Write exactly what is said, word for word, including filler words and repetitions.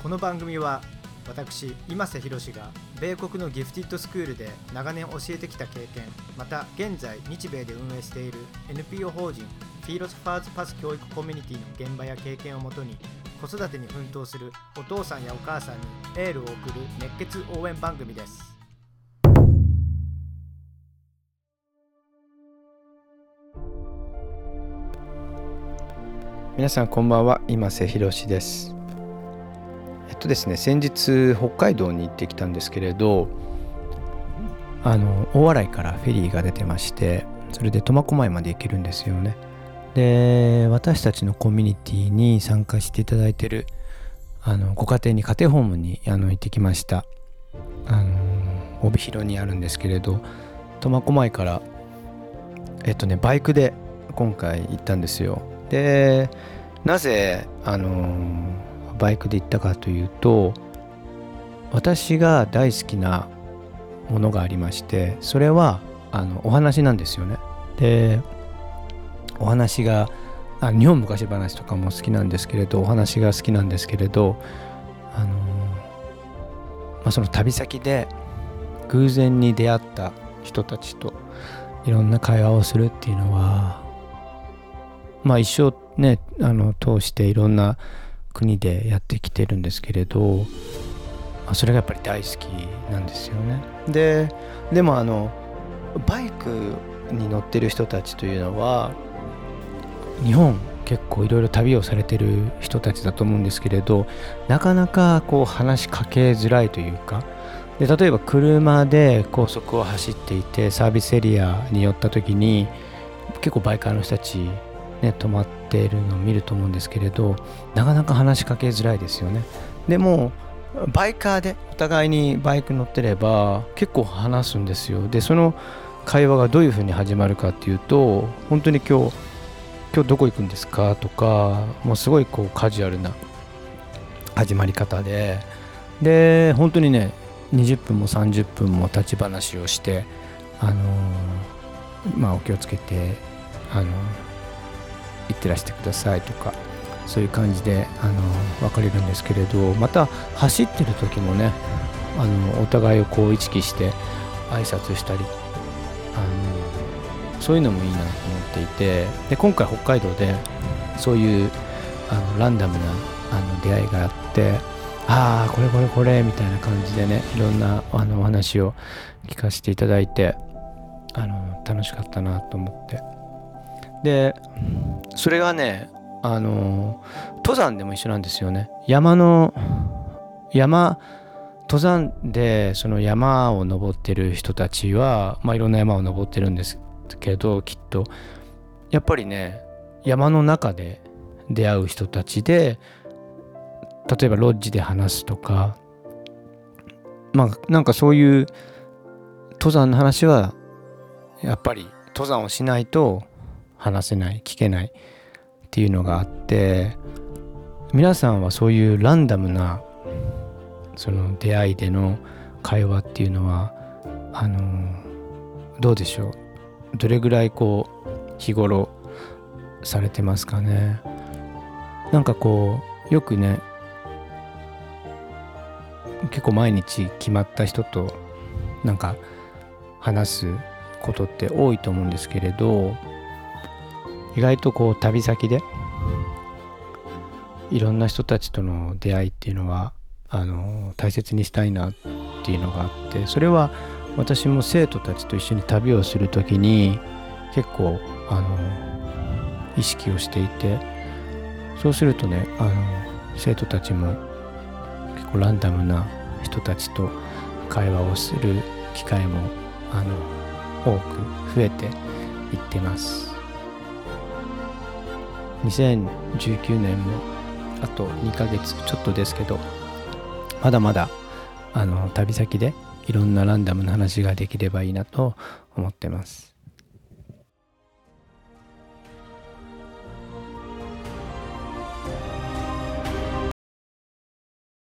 この番組は私今瀬博が米国のギフティッドスクールで長年教えてきた経験、また現在日米で運営している エヌピーオー 法人フィーロソファーズパス教育コミュニティの現場や経験をもとに、子育てに奮闘するお父さんやお母さんにエールを送る熱血応援番組です。 皆さんこんばんは、今瀬博です。えっとですね先日北海道に行ってきたんですけれど、あの大洗からフェリーが出てまして、それで苫小牧まで行けるんですよね。で、私たちのコミュニティに参加していただいているあのご家庭に家庭訪問にあの行ってきました。あの帯広にあるんですけれど、苫小牧からえっとねバイクで今回行ったんですよ。で、なぜあのバイクで行ったかというと、私が大好きなものがありまして、それはあのお話なんですよね。で、お話があ日本昔話とかも好きなんですけれど、お話が好きなんですけれど、あの、まあ、その旅先で偶然に出会った人たちといろんな会話をするっていうのは、まあ一生ねあの通していろんな国でやってきてるんですけれど、まあ、それがやっぱり大好きなんですよね。で、でもあのバイクに乗ってる人たちというのは日本結構いろいろ旅をされてる人たちだと思うんですけれど、なかなかこう話しかけづらいというか、で例えば車で高速を走っていてサービスエリアに寄った時に結構バイカーの人たちね、止まっているのを見ると思うんですけれど、なかなか話しかけづらいですよね。でもバイカーでお互いにバイク乗ってれば結構話すんですよ。で、その会話がどういうふうに始まるかっていうと、本当に今日今日どこ行くんですかとか、もうすごいこうカジュアルな始まり方で、で本当にねにじゅっぷんもさんじゅっぷんも立ち話をして、あのー、まあお気をつけてあのー行ってらしてくださいとか、そういう感じであの別れるんですけれど、また走ってる時もね、あのお互いをこう意識して挨拶したり、あのそういうのもいいなと思っていて、で今回北海道でそういうあのランダムなあの出会いがあって、ああこれこれこれみたいな感じでね、いろんなあのお話を聞かせていただいて、あの楽しかったなと思って、でそれがね、あの登山でも一緒なんですよね。山の山登山でその山を登ってる人たちは、まあ、いろんな山を登ってるんですけど、きっとやっぱりね山の中で出会う人たちで、例えばロッジで話すとか、まあなんかそういう登山の話はやっぱり登山をしないと話せない、聞けないっていうのがあって、皆さんはそういうランダムなその出会いでの会話っていうのはあのどうでしょう、どれぐらいこう日頃されてますかね。なんかこうよくね、結構毎日決まった人となんか話すことって多いと思うんですけれど、意外とこう旅先でいろんな人たちとの出会いっていうのはあの大切にしたいなっていうのがあって、それは私も生徒たちと一緒に旅をするときに結構あの意識をしていて、そうするとね、あの生徒たちも結構ランダムな人たちと会話をする機会もあの多く増えていってます。にせんじゅうきゅうねんもあとにかげつちょっとですけど、まだまだあの旅先でいろんなランダムな話ができればいいなと思ってます。